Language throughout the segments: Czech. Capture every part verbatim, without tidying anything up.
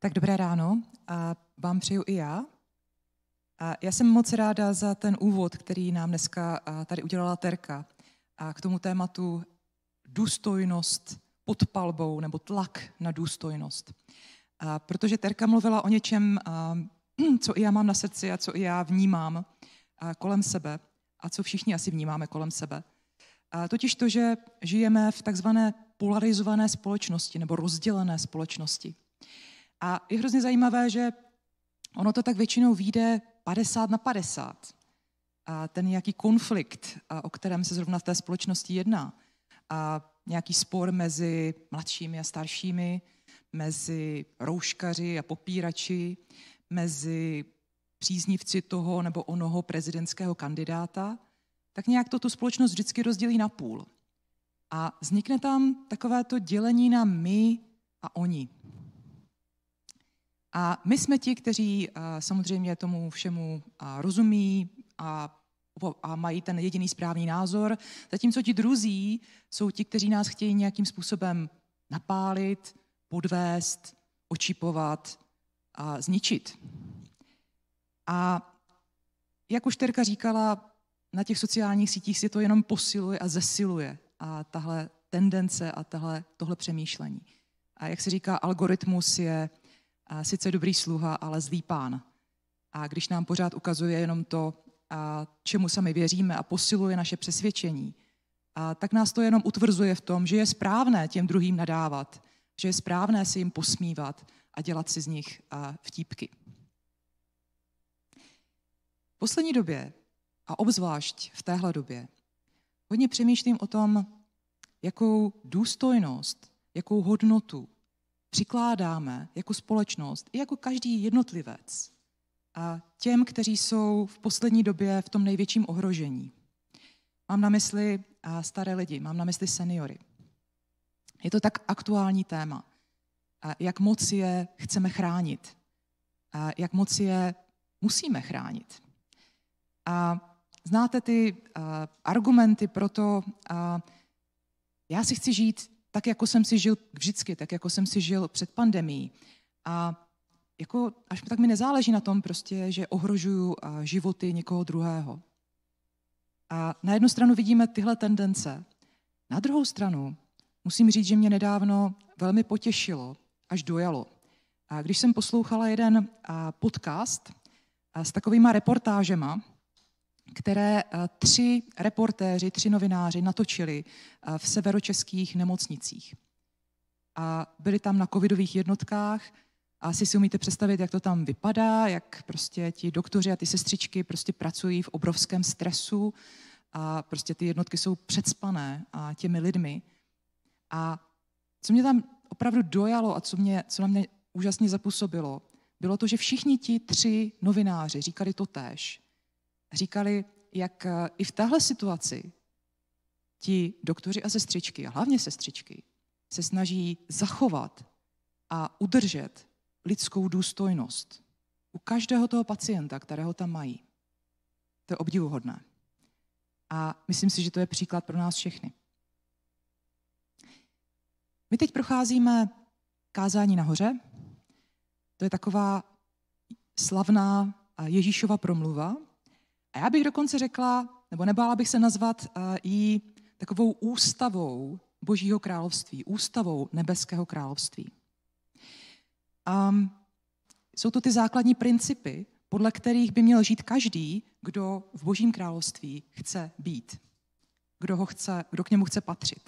Tak dobré ráno a vám přeju i já. A já jsem moc ráda za ten úvod, který nám dneska tady udělala Terka a k tomu tématu důstojnost pod palbou nebo tlak na důstojnost. A protože Terka mluvila o něčem, co i já mám na srdci a co i já vnímám kolem sebe a co všichni asi vnímáme kolem sebe. A totiž to, že žijeme v takzvané polarizované společnosti nebo rozdělené společnosti. A je hrozně zajímavé, že ono to tak většinou vyjde padesát na padesát. A ten nějaký konflikt, o kterém se zrovna v té společnosti jedná, a nějaký spor mezi mladšími a staršími, mezi rouškaři a popírači, mezi příznivci toho nebo onoho prezidentského kandidáta, tak nějak to tu společnost vždycky rozdělí na půl. A vznikne tam takovéto dělení na my a oni. A my jsme ti, kteří samozřejmě tomu všemu rozumí a, a mají ten jediný správný názor, zatímco ti druzí jsou ti, kteří nás chtějí nějakým způsobem napálit, podvést, očipovat a zničit. A jak už Terka říkala, na těch sociálních sítích si to jenom posiluje a zesiluje a tahle tendence a tahle, tohle přemýšlení. A jak se říká, algoritmus je a sice dobrý sluha, ale zlý pán. A když nám pořád ukazuje jenom to, a čemu sami věříme a posiluje naše přesvědčení, a tak nás to jenom utvrzuje v tom, že je správné těm druhým nadávat, že je správné si jim posmívat a dělat si z nich vtípky. V poslední době, a obzvlášť v téhle době, hodně přemýšlím o tom, jakou důstojnost, jakou hodnotu přikládáme jako společnost i jako každý jednotlivec a těm, kteří jsou v poslední době v tom největším ohrožení. Mám na mysli staré lidi, mám na mysli seniory. Je to tak aktuální téma. Jak moc je chceme chránit. A jak moc je musíme chránit. A znáte ty argumenty pro to, já si chci žít tak, jako jsem si žil vždycky, tak, jako jsem si žil před pandemií. A jako, až tak mi nezáleží na tom prostě, že ohrožuju životy někoho druhého. A na jednu stranu vidíme tyhle tendence. Na druhou stranu musím říct, že mě nedávno velmi potěšilo, až dojalo. A když jsem poslouchala jeden podcast s takovýma reportážema, které tři reportéři, tři novináři natočili v severočeských nemocnicích. A byli tam na covidových jednotkách a asi si umíte představit, jak to tam vypadá, jak prostě ti doktoři a ty sestřičky prostě pracují v obrovském stresu a prostě ty jednotky jsou přecpané a těmi lidmi. A co mě tam opravdu dojalo a co, mě, co na mě úžasně zapůsobilo, bylo to, že všichni ti tři novináři říkali totéž. Říkali, jak i v téhle situaci ti doktoři a sestřičky, a hlavně sestřičky, se snaží zachovat a udržet lidskou důstojnost u každého toho pacienta, kterého tam mají. To je obdivuhodné. A myslím si, že to je příklad pro nás všechny. My teď procházíme kázání nahoře. To je taková slavná Ježíšova promluva. A já bych dokonce řekla, nebo nebála bych se nazvat ji takovou ústavou Božího království, ústavou nebeského království. Um, jsou to ty základní principy, podle kterých by měl žít každý, kdo v Božím království chce být, kdo, ho chce, kdo k němu chce patřit.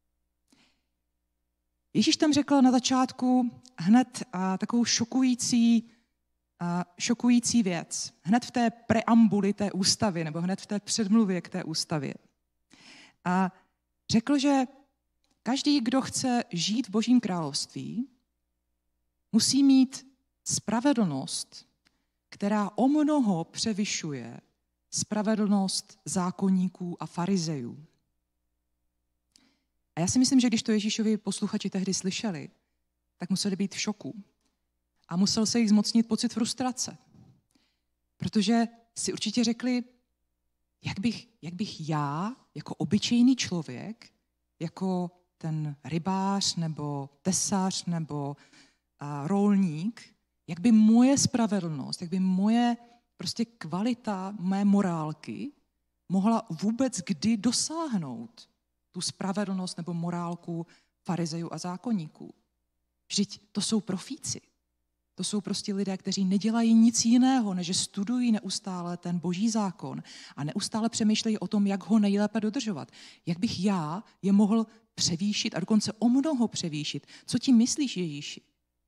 Ježíš tam řekl na začátku hned uh, takovou šokující A šokující věc. Hned v té preambuli té ústavy, nebo hned v té předmluvě k té ústavě. A řekl, že každý, kdo chce žít v Božím království, musí mít spravedlnost, která o mnoho převyšuje spravedlnost zákonníků a farizejů. A já si myslím, že když to Ježíšovi posluchači tehdy slyšeli, tak museli být v šoku. A musel se jich zmocnit pocit frustrace. Protože si určitě řekli, jak bych, jak bych já, jako obyčejný člověk, jako ten rybář nebo tesař nebo a, rolník, jak by moje spravedlnost, jak by moje prostě kvalita mé morálky mohla vůbec kdy dosáhnout tu spravedlnost nebo morálku farizejů a zákonníků. Vždyť to jsou profíci. To jsou prostě lidé, kteří nedělají nic jiného, než že studují neustále ten boží zákon a neustále přemýšlejí o tom, jak ho nejlépe dodržovat. Jak bych já je mohl převýšit a dokonce o mnoho převýšit. Co ti myslíš, Ježíši?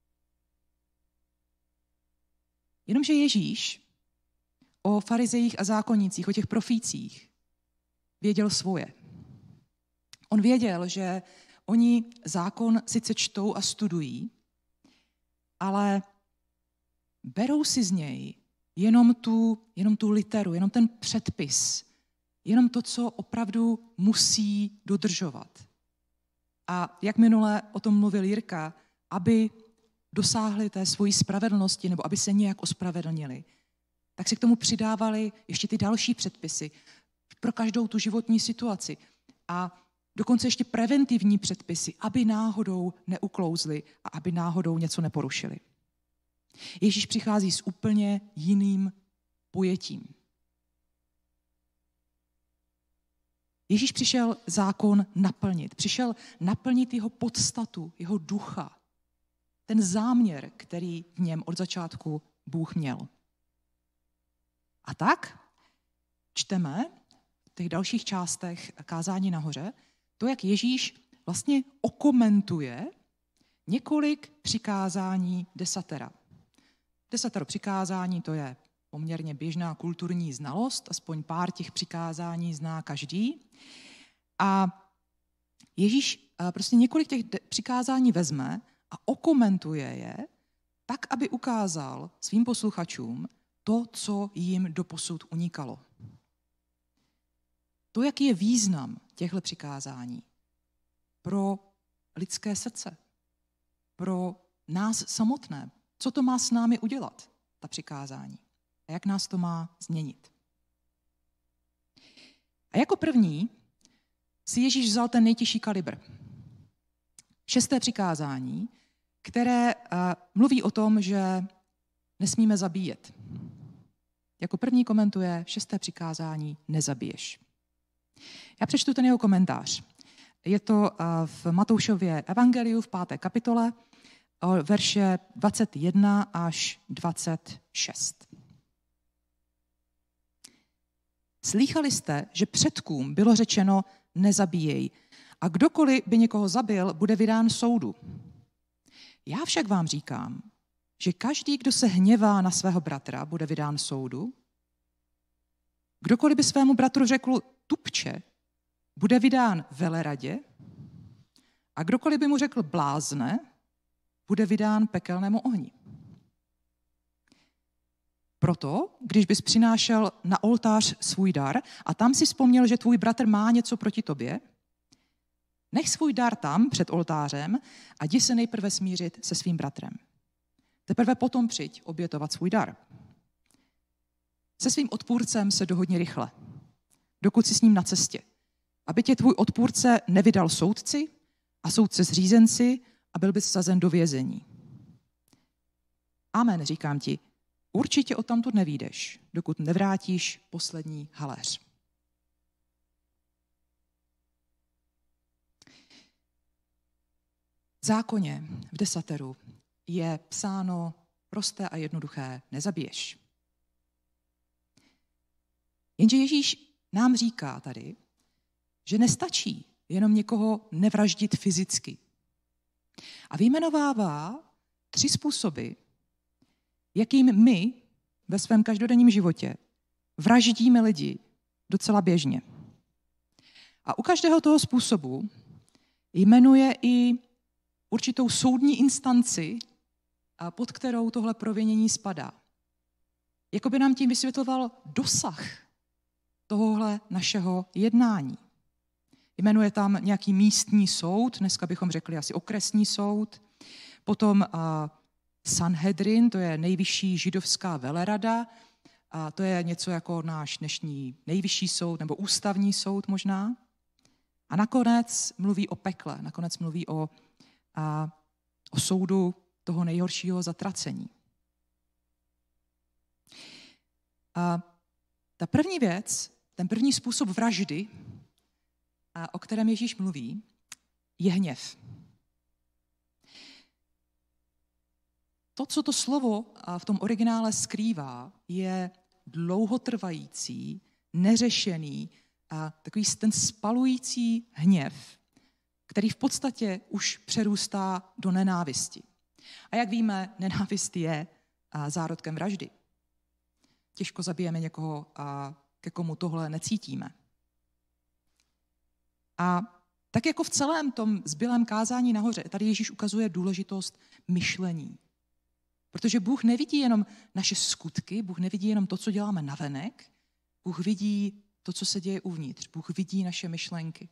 Jenomže Ježíš o farizejích a zákonnících, o těch profících věděl svoje. On věděl, že oni zákon sice čtou a studují, ale berou si z něj jenom tu, jenom tu literu, jenom ten předpis, jenom to, co opravdu musí dodržovat. A jak minule o tom mluvil Jirka, aby dosáhli té svojí spravedlnosti nebo aby se nějak ospravedlnili, tak si k tomu přidávali ještě ty další předpisy pro každou tu životní situaci. A dokonce ještě preventivní předpisy, aby náhodou neuklouzli a aby náhodou něco neporušili. Ježíš přichází s úplně jiným pojetím. Ježíš přišel zákon naplnit. Přišel naplnit jeho podstatu, jeho ducha. Ten záměr, který v něm od začátku Bůh měl. A tak čteme v těch dalších částech kázání nahoře to, jak Ježíš vlastně okomentuje několik přikázání desatera. Desatero přikázání, to je poměrně běžná kulturní znalost, aspoň pár těch přikázání zná každý. A Ježíš prostě několik těch přikázání vezme a okomentuje je tak, aby ukázal svým posluchačům to, co jim doposud unikalo. To, jaký je význam těchto přikázání pro lidské srdce, pro nás samotné. Co to má s námi udělat, ta přikázání? A jak nás to má změnit? A jako první si Ježíš vzal ten nejtěžší kalibr. Šesté přikázání, které uh, mluví o tom, že nesmíme zabíjet. Jako první komentuje šesté přikázání nezabiješ. Já přečtu ten jeho komentář. Je to uh, v Matoušově evangeliu v páté kapitole, verše dvacet jedna až dvacet šest. Slýchali jste, že předkům bylo řečeno nezabíjej a kdokoliv by někoho zabil, bude vydán soudu. Já však vám říkám, že každý, kdo se hněvá na svého bratra, bude vydán soudu. Kdokoliv by svému bratru řekl tupče, bude vydán veleradě a kdokoliv by mu řekl blázne, bude vydán pekelnému ohni. Proto, když bys přinášel na oltář svůj dar a tam si vzpomněl, že tvůj bratr má něco proti tobě, nech svůj dar tam před oltářem a jdi se nejprve smířit se svým bratrem. Teprve potom přijď obětovat svůj dar. Se svým odpůrcem se dohodni rychle, dokud jsi s ním na cestě, aby tě tvůj odpůrce nevydal soudci a soudce zřízenci a byl bys vsazen do vězení. Amen, říkám ti, určitě odtamtud nevyjdeš, dokud nevrátíš poslední haléř. V zákoně, v desateru, je psáno prosté a jednoduché, nezabiješ. Jenže Ježíš nám říká tady, že nestačí jenom někoho nevraždit fyzicky. A vyjmenovává tři způsoby, jakým my ve svém každodenním životě vraždíme lidi docela běžně. A u každého toho způsobu jmenuje i určitou soudní instanci, pod kterou tohle provinění spadá. Jakoby nám tím vysvětloval dosah tohohle našeho jednání. Jmenuje tam nějaký místní soud, dneska bychom řekli asi okresní soud, potom uh, Sanhedrin, to je nejvyšší židovská velerada, a to je něco jako náš dnešní nejvyšší soud nebo ústavní soud možná. A nakonec mluví o pekle, nakonec mluví o, uh, o soudu toho nejhoršího zatracení. A ta první věc, ten první způsob vraždy, a o kterém Ježíš mluví, je hněv. To, co to slovo v tom originále skrývá, je dlouhotrvající, neřešený a takový ten spalující hněv, který v podstatě už přerůstá do nenávisti. A jak víme, nenávist je zárodkem vraždy. Těžko zabijeme někoho, a ke komu tohle necítíme. A tak jako v celém tom zbylém kázání nahoře, tady Ježíš ukazuje důležitost myšlení. Protože Bůh nevidí jenom naše skutky, Bůh nevidí jenom to, co děláme navenek, Bůh vidí to, co se děje uvnitř, Bůh vidí naše myšlenky.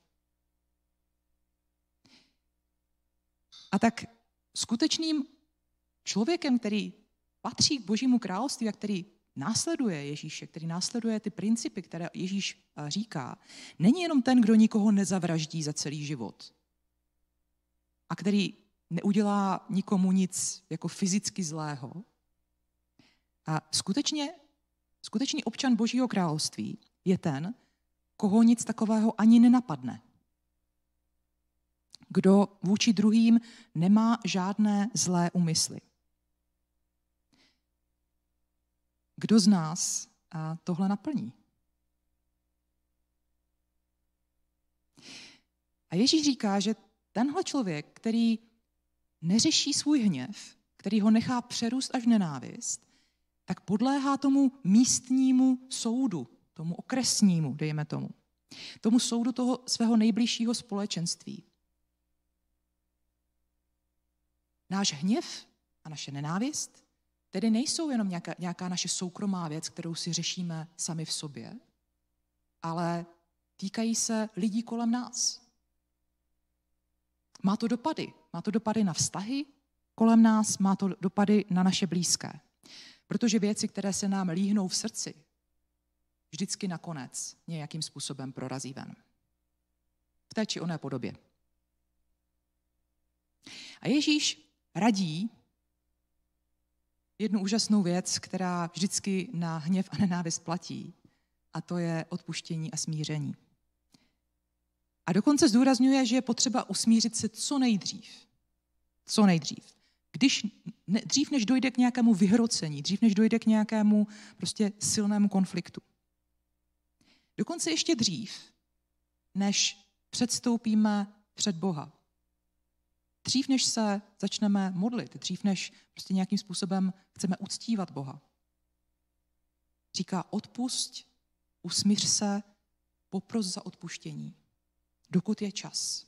A tak skutečným člověkem, který patří k Božímu království a který následuje Ježíše, který následuje ty principy, které Ježíš říká, není jenom ten, kdo nikoho nezavraždí za celý život a který neudělá nikomu nic jako fyzicky zlého. A skutečně, skutečný občan Božího království je ten, koho nic takového ani nenapadne. Kdo vůči druhým nemá žádné zlé úmysly. Kdo z nás tohle naplní? A Ježíš říká, že tenhle člověk, který neřeší svůj hněv, který ho nechá přerůst až v nenávist, tak podléhá tomu místnímu soudu, tomu okresnímu, dejme tomu. Tomu soudu toho svého nejbližšího společenství. Náš hněv a naše nenávist tedy nejsou jenom nějaká, nějaká naše soukromá věc, kterou si řešíme sami v sobě, ale týkají se lidí kolem nás. Má to dopady. Má to dopady na vztahy kolem nás, má to dopady na naše blízké. Protože věci, které se nám líhnou v srdci, vždycky nakonec nějakým způsobem prorazí ven. V té či oné podobě. A Ježíš radí jednu úžasnou věc, která vždycky na hněv a nenávist platí, a to je odpuštění a smíření. A dokonce zdůrazňuje, že je potřeba usmířit se co nejdřív. Co nejdřív. Když, ne, dřív, než dojde k nějakému vyhrocení, dřív, než dojde k nějakému prostě silnému konfliktu. Dokonce ještě dřív, než předstoupíme před Boha. Dřív, než se začneme modlit, dřív, než prostě nějakým způsobem chceme uctívat Boha. Říká, odpusť, usmíř se, popros za odpuštění, dokud je čas.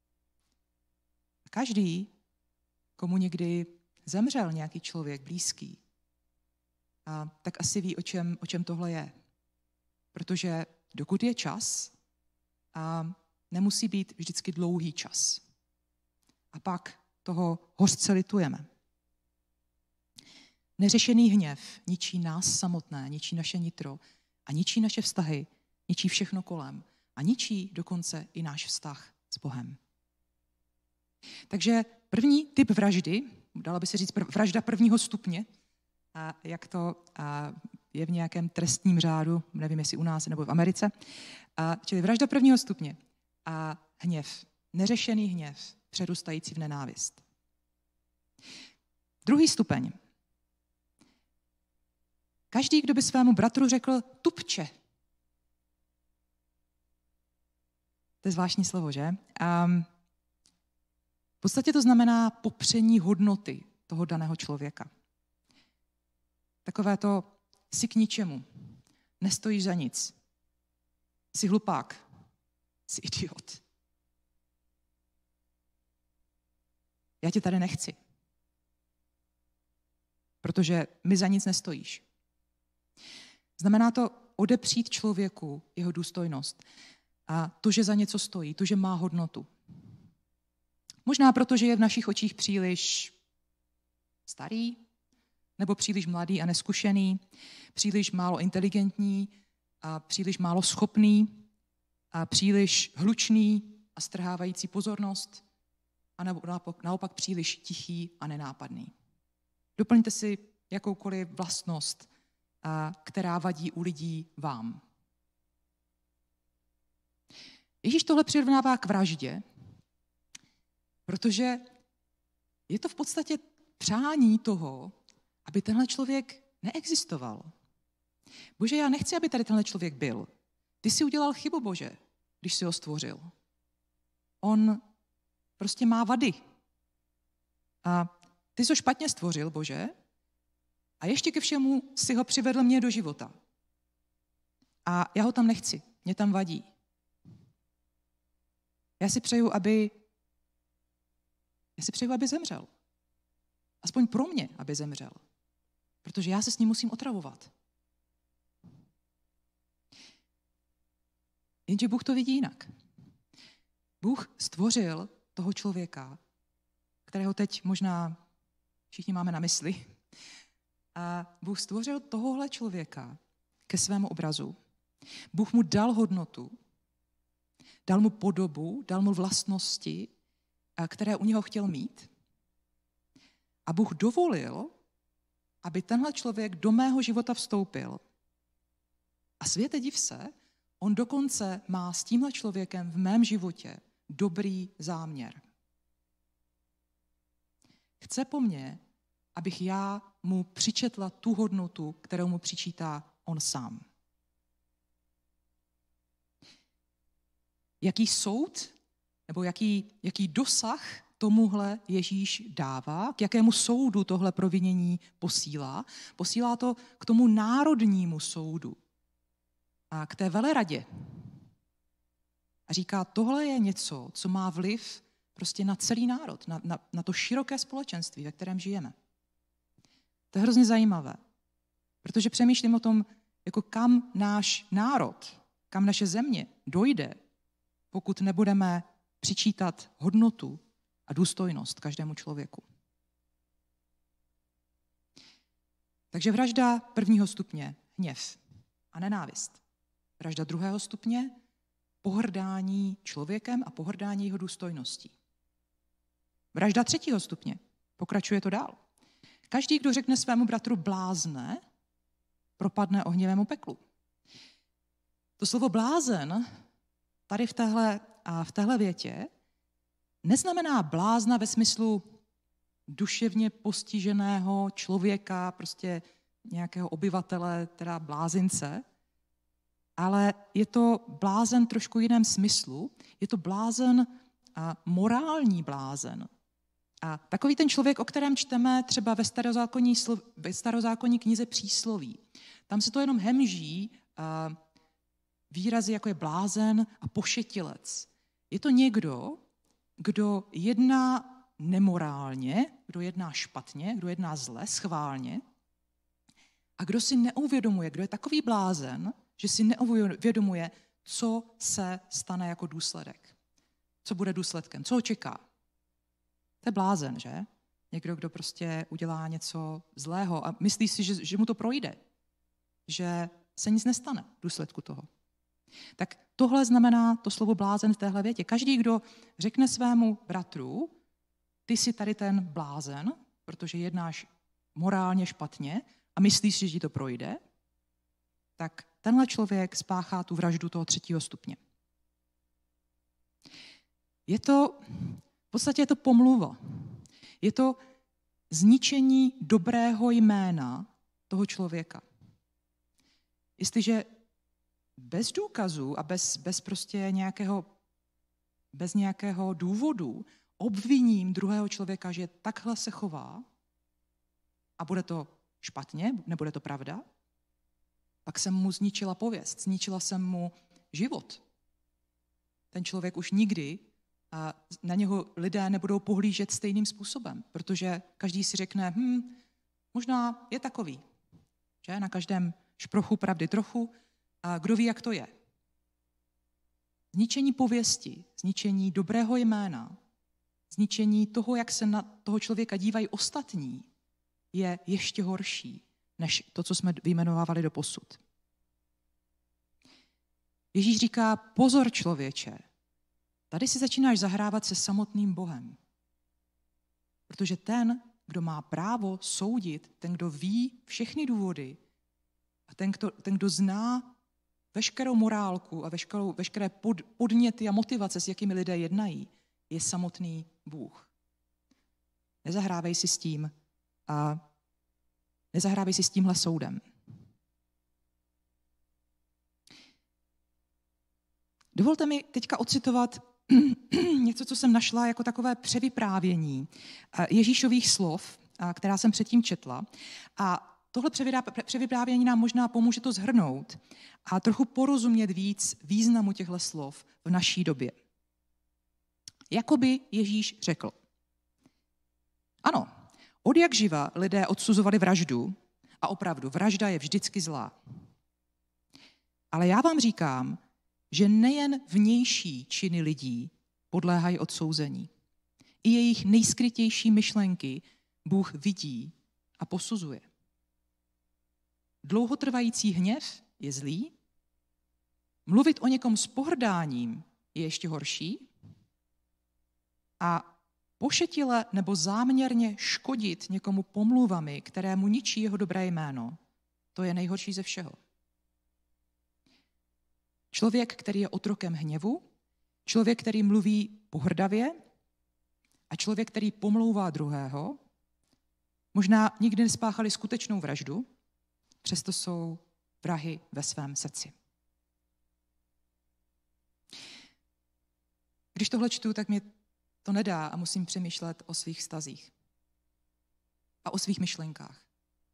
Každý, komu někdy zemřel nějaký člověk blízký, a tak asi ví, o čem, o čem tohle je. Protože dokud je čas, a nemusí být vždycky dlouhý čas. A pak toho hořce litujeme. Neřešený hněv ničí nás samotné, ničí naše nitro a ničí naše vztahy, ničí všechno kolem a ničí dokonce i náš vztah s Bohem. Takže první typ vraždy, dalo by se říct vražda prvního stupně, a jak to a je v nějakém trestním řádu, nevím, jestli u nás nebo v Americe, a čili vražda prvního stupně a hněv, neřešený hněv, přerůstající v nenávist. Druhý stupeň. Každý, kdo by svému bratru řekl tupče. To je zvláštní slovo, že? Um, v podstatě to znamená popření hodnoty toho daného člověka. Takové to jsi k ničemu, nestojíš za nic, jsi hlupák, jsi idiot. Já tě tady nechci, protože mi za nic nestojíš. Znamená to odepřít člověku jeho důstojnost a to, že za něco stojí, to, že má hodnotu. Možná proto, že je v našich očích příliš starý, nebo příliš mladý a neskušený, příliš málo inteligentní a příliš málo schopný a příliš hlučný a strhávající pozornost, a nebo naopak příliš tichý a nenápadný. Doplňte si jakoukoliv vlastnost, která vadí u lidí vám. Ježíš tohle přirovnává k vraždě, protože je to v podstatě přání toho, aby tenhle člověk neexistoval. Bože, já nechci, aby tady tenhle člověk byl. Ty jsi udělal chybu, Bože, když jsi ho stvořil. On prostě má vady. A ty jsi ho špatně stvořil, Bože, a ještě ke všemu si ho přivedl mě do života. A já ho tam nechci, mě tam vadí. Já si přeju, aby já si přeju, aby zemřel. Aspoň pro mě, aby zemřel. Protože já se s ním musím otravovat. Jenže Bůh to vidí jinak. Bůh stvořil toho člověka, kterého teď možná všichni máme na mysli. A Bůh stvořil tohohle člověka ke svému obrazu. Bůh mu dal hodnotu, dal mu podobu, dal mu vlastnosti, které u něho chtěl mít. A Bůh dovolil, aby tenhle člověk do mého života vstoupil. A světe div se, on dokonce má s tímhle člověkem v mém životě dobrý záměr. Chce po mně, abych já mu přičetla tu hodnotu, kterou mu přičítá on sám. Jaký soud nebo jaký, jaký dosah tomuhle Ježíš dává, k jakému soudu tohle provinění posílá? Posílá to k tomu národnímu soudu a k té veleradě. A říká, tohle je něco, co má vliv prostě na celý národ, na, na, na to široké společenství, ve kterém žijeme. To je hrozně zajímavé, protože přemýšlím o tom, jako kam náš národ, kam naše země dojde, pokud nebudeme přičítat hodnotu a důstojnost každému člověku. Takže vražda prvního stupně, hněv a nenávist. Vražda druhého stupně, pohrdání člověkem a pohrdání jeho důstojností. Vražda třetího stupně, pokračuje to dál. Každý, kdo řekne svému bratru blázne, propadne ohnivému peklu. To slovo blázen tady v téhle, a v téhle větě neznamená blázna ve smyslu duševně postiženého člověka, prostě nějakého obyvatele, teda blázince, ale je to blázen trošku jiném smyslu. Je to blázen a morální blázen. A takový ten člověk, o kterém čteme třeba ve starozákonní, ve starozákonní knize Přísloví. Tam se to jenom hemží a výrazy, jako je blázen a pošetilec. Je to někdo, kdo jedná nemorálně, kdo jedná špatně, kdo jedná zle, schválně a kdo si neuvědomuje, kdo je takový blázen, že si neuvědomuje, co se stane jako důsledek. Co bude důsledkem, co ho čeká. To je blázen, že? Někdo, kdo prostě udělá něco zlého a myslí si, že, že mu to projde, že se nic nestane v důsledku toho. Tak tohle znamená to slovo blázen v téhle větě. Každý, kdo řekne svému bratru, ty jsi tady ten blázen, protože jednáš morálně špatně a myslíš si, že ti to projde, tak tenhle člověk spáchá tu vraždu toho třetího stupně. Je to, v podstatě je to pomluva. Je to zničení dobrého jména toho člověka. Jestliže bez důkazů a bez, bez prostě nějakého, bez nějakého důvodu obviním druhého člověka, že takhle se chová a bude to špatně, nebude to pravda, pak jsem mu zničila pověst, zničila jsem mu život. Ten člověk už nikdy a na něho lidé nebudou pohlížet stejným způsobem, protože každý si řekne, hm, možná je takový, že na každém šprochu pravdy trochu, a kdo ví, jak to je. Zničení pověsti, zničení dobrého jména, zničení toho, jak se na toho člověka dívají ostatní, je ještě horší, než to, co jsme vyjmenovávali doposud. Ježíš říká, pozor člověče, tady si začínáš zahrávat se samotným Bohem. Protože ten, kdo má právo soudit, ten, kdo ví všechny důvody a ten, kdo, ten, kdo zná veškerou morálku a veškerou, veškeré pod, podněty a motivace, s jakými lidé jednají, je samotný Bůh. Nezahrávej si s tím a nezahrávej si s tímhle soudem. Dovolte mi teďka ocitovat něco, co jsem našla jako takové převyprávění Ježíšových slov, která jsem předtím četla. A tohle převyprávění nám možná pomůže to shrnout a trochu porozumět víc významu těchto slov v naší době. Jakoby Ježíš řekl: ano, od jak živa lidé odsuzovali vraždu, a opravdu, vražda je vždycky zlá. Ale já vám říkám, že nejen vnější činy lidí podléhají odsouzení. I jejich nejskrytější myšlenky Bůh vidí a posuzuje. Dlouhotrvající hněv je zlý, mluvit o někom s pohrdáním je ještě horší a pošetile nebo záměrně škodit někomu pomluvami, které mu ničí jeho dobré jméno, to je nejhorší ze všeho. Člověk, který je otrokem hněvu, člověk, který mluví pohrdavě a člověk, který pomlouvá druhého, možná nikdy nespáchali skutečnou vraždu, přesto jsou vrahy ve svém srdci. Když tohle čtu, tak mě to nedá a musím přemýšlet o svých vztazích a o svých myšlenkách.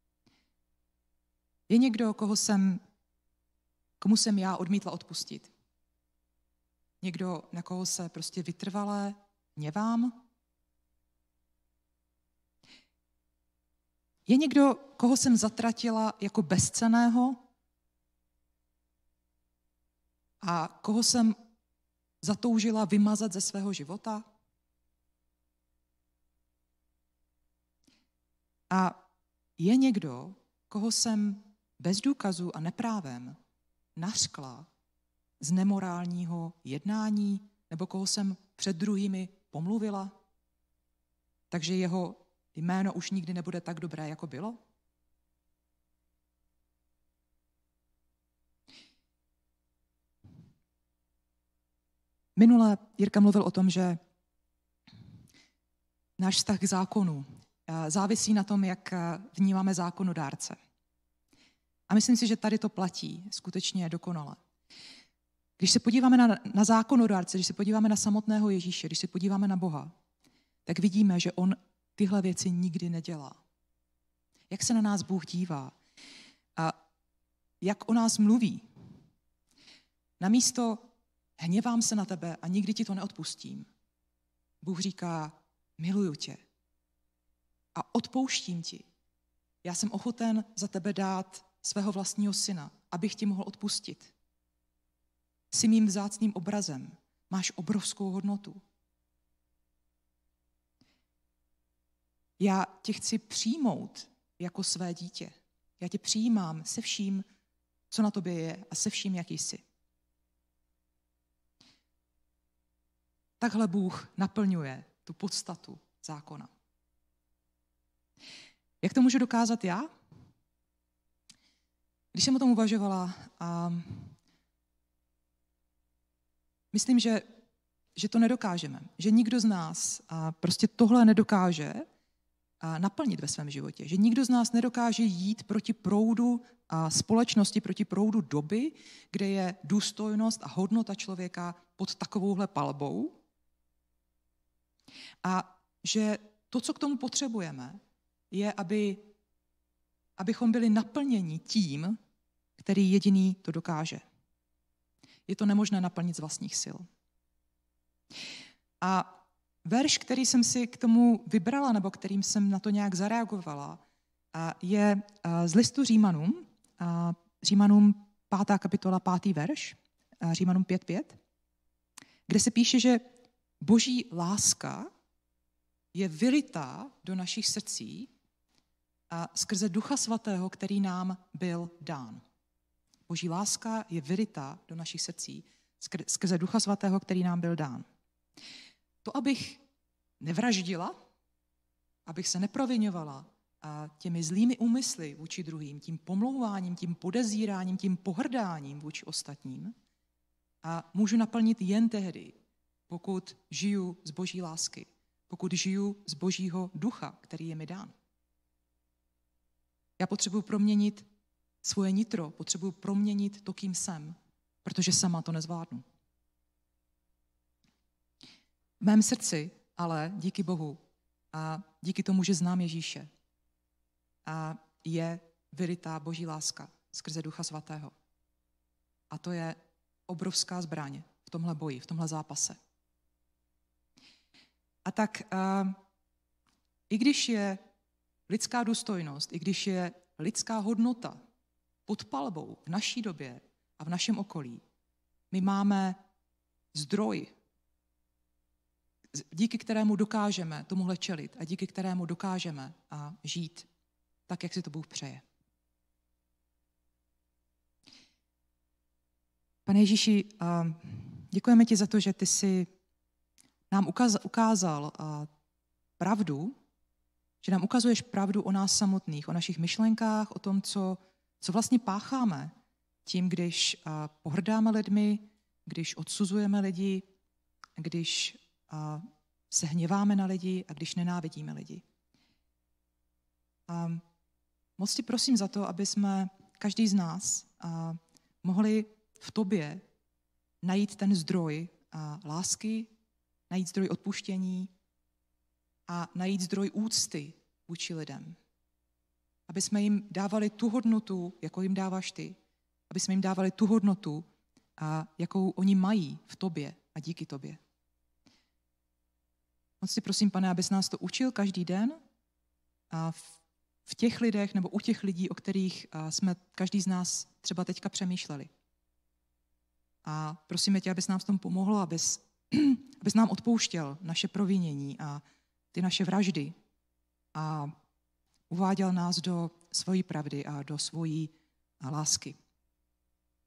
Je někdo, koho jsem, komu jsem já odmítla odpustit? Někdo, na koho se prostě vytrvalé hněvám? Je někdo, koho jsem zatratila jako bezcenného a koho jsem zatoužila vymazat ze svého života? A je někdo, koho jsem bez důkazu a neprávem nařkla z nemorálního jednání, nebo koho jsem před druhými pomluvila, takže jeho jméno už nikdy nebude tak dobré, jako bylo? Minule Jirka mluvil o tom, že náš vztah k zákonu závisí na tom, jak vnímáme zákonodárce. A myslím si, že tady to platí skutečně dokonale. Když se podíváme na, na zákonodárce, když se podíváme na samotného Ježíše, když se podíváme na Boha, tak vidíme, že on tyhle věci nikdy nedělá. Jak se na nás Bůh dívá a jak o nás mluví. Namísto hněvám se na tebe a nikdy ti to neodpustím, Bůh říká, miluju tě a odpouštím ti. Já jsem ochoten za tebe dát svého vlastního syna, abych ti mohl odpustit. Jsi mým vzácným obrazem, máš obrovskou hodnotu. Já tě chci přijmout jako své dítě. Já tě přijímám se vším, co na tobě je a se vším, jaký jsi. Takhle Bůh naplňuje tu podstatu zákona. Jak to můžu dokázat já? Když jsem o tom uvažovala, a myslím, že, že to nedokážeme. Že nikdo z nás a prostě tohle nedokáže a naplnit ve svém životě. Že nikdo z nás nedokáže jít proti proudu a společnosti, proti proudu doby, kde je důstojnost a hodnota člověka pod takovouhle palbou. A že to, co k tomu potřebujeme, je, aby, abychom byli naplněni tím, který jediný to dokáže. Je to nemožné naplnit z vlastních sil. A verš, který jsem si k tomu vybrala, nebo kterým jsem na to nějak zareagovala, je z listu Římanům, Římanům pátá kapitola, pátý verš, Římanům pět pět, kde se píše, že Boží láska je vylitá do našich srdcí a skrze Ducha Svatého, který nám byl dán. Boží láska je vylitá do našich srdcí skrze Ducha Svatého, který nám byl dán. To, abych nevraždila, abych se neproviňovala těmi zlými úmysly vůči druhým, tím pomlouváním, tím podezíráním, tím pohrdáním vůči ostatním. A můžu naplnit jen tehdy, pokud žiju z Boží lásky, pokud žiju z Božího ducha, který je mi dán. Já potřebuji proměnit svoje nitro, potřebuji proměnit to, kým jsem, protože sama to nezvládnu. V mém srdci ale díky Bohu a díky tomu, že znám Ježíše, a je vyrytá Boží láska skrze Ducha Svatého. A to je obrovská zbraň v tomhle boji, v tomhle zápase. A tak uh, i když je lidská důstojnost, i když je lidská hodnota pod palbou v naší době a v našem okolí, my máme zdroj, díky kterému dokážeme tomuhle čelit a díky kterému dokážeme a žít tak, jak si to Bůh přeje. Pane Ježíši, děkujeme ti za to, že ty jsi nám ukázal pravdu, že nám ukazuješ pravdu o nás samotných, o našich myšlenkách, o tom, co, co vlastně pácháme tím, když pohrdáme lidmi, když odsuzujeme lidi, když se hněváme na lidi a když nenávidíme lidi. A moc ti prosím za to, aby jsme každý z nás mohli v tobě najít ten zdroj lásky, najít zdroj odpuštění a najít zdroj úcty vůči lidem. Aby jsme jim dávali tu hodnotu, jakou jim dáváš ty. Aby jsme jim dávali tu hodnotu, jakou oni mají v tobě a díky tobě. Moc ti prosím, Pane, abys nás to učil každý den a v těch lidech nebo u těch lidí, o kterých jsme každý z nás třeba teďka přemýšleli. A prosíme tě, abys nám v tom pomohl, abys, abys nám odpouštěl naše provinění a ty naše vraždy a uváděl nás do svojí pravdy a do svojí lásky.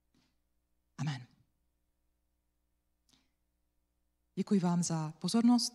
Amen. Děkuji vám za pozornost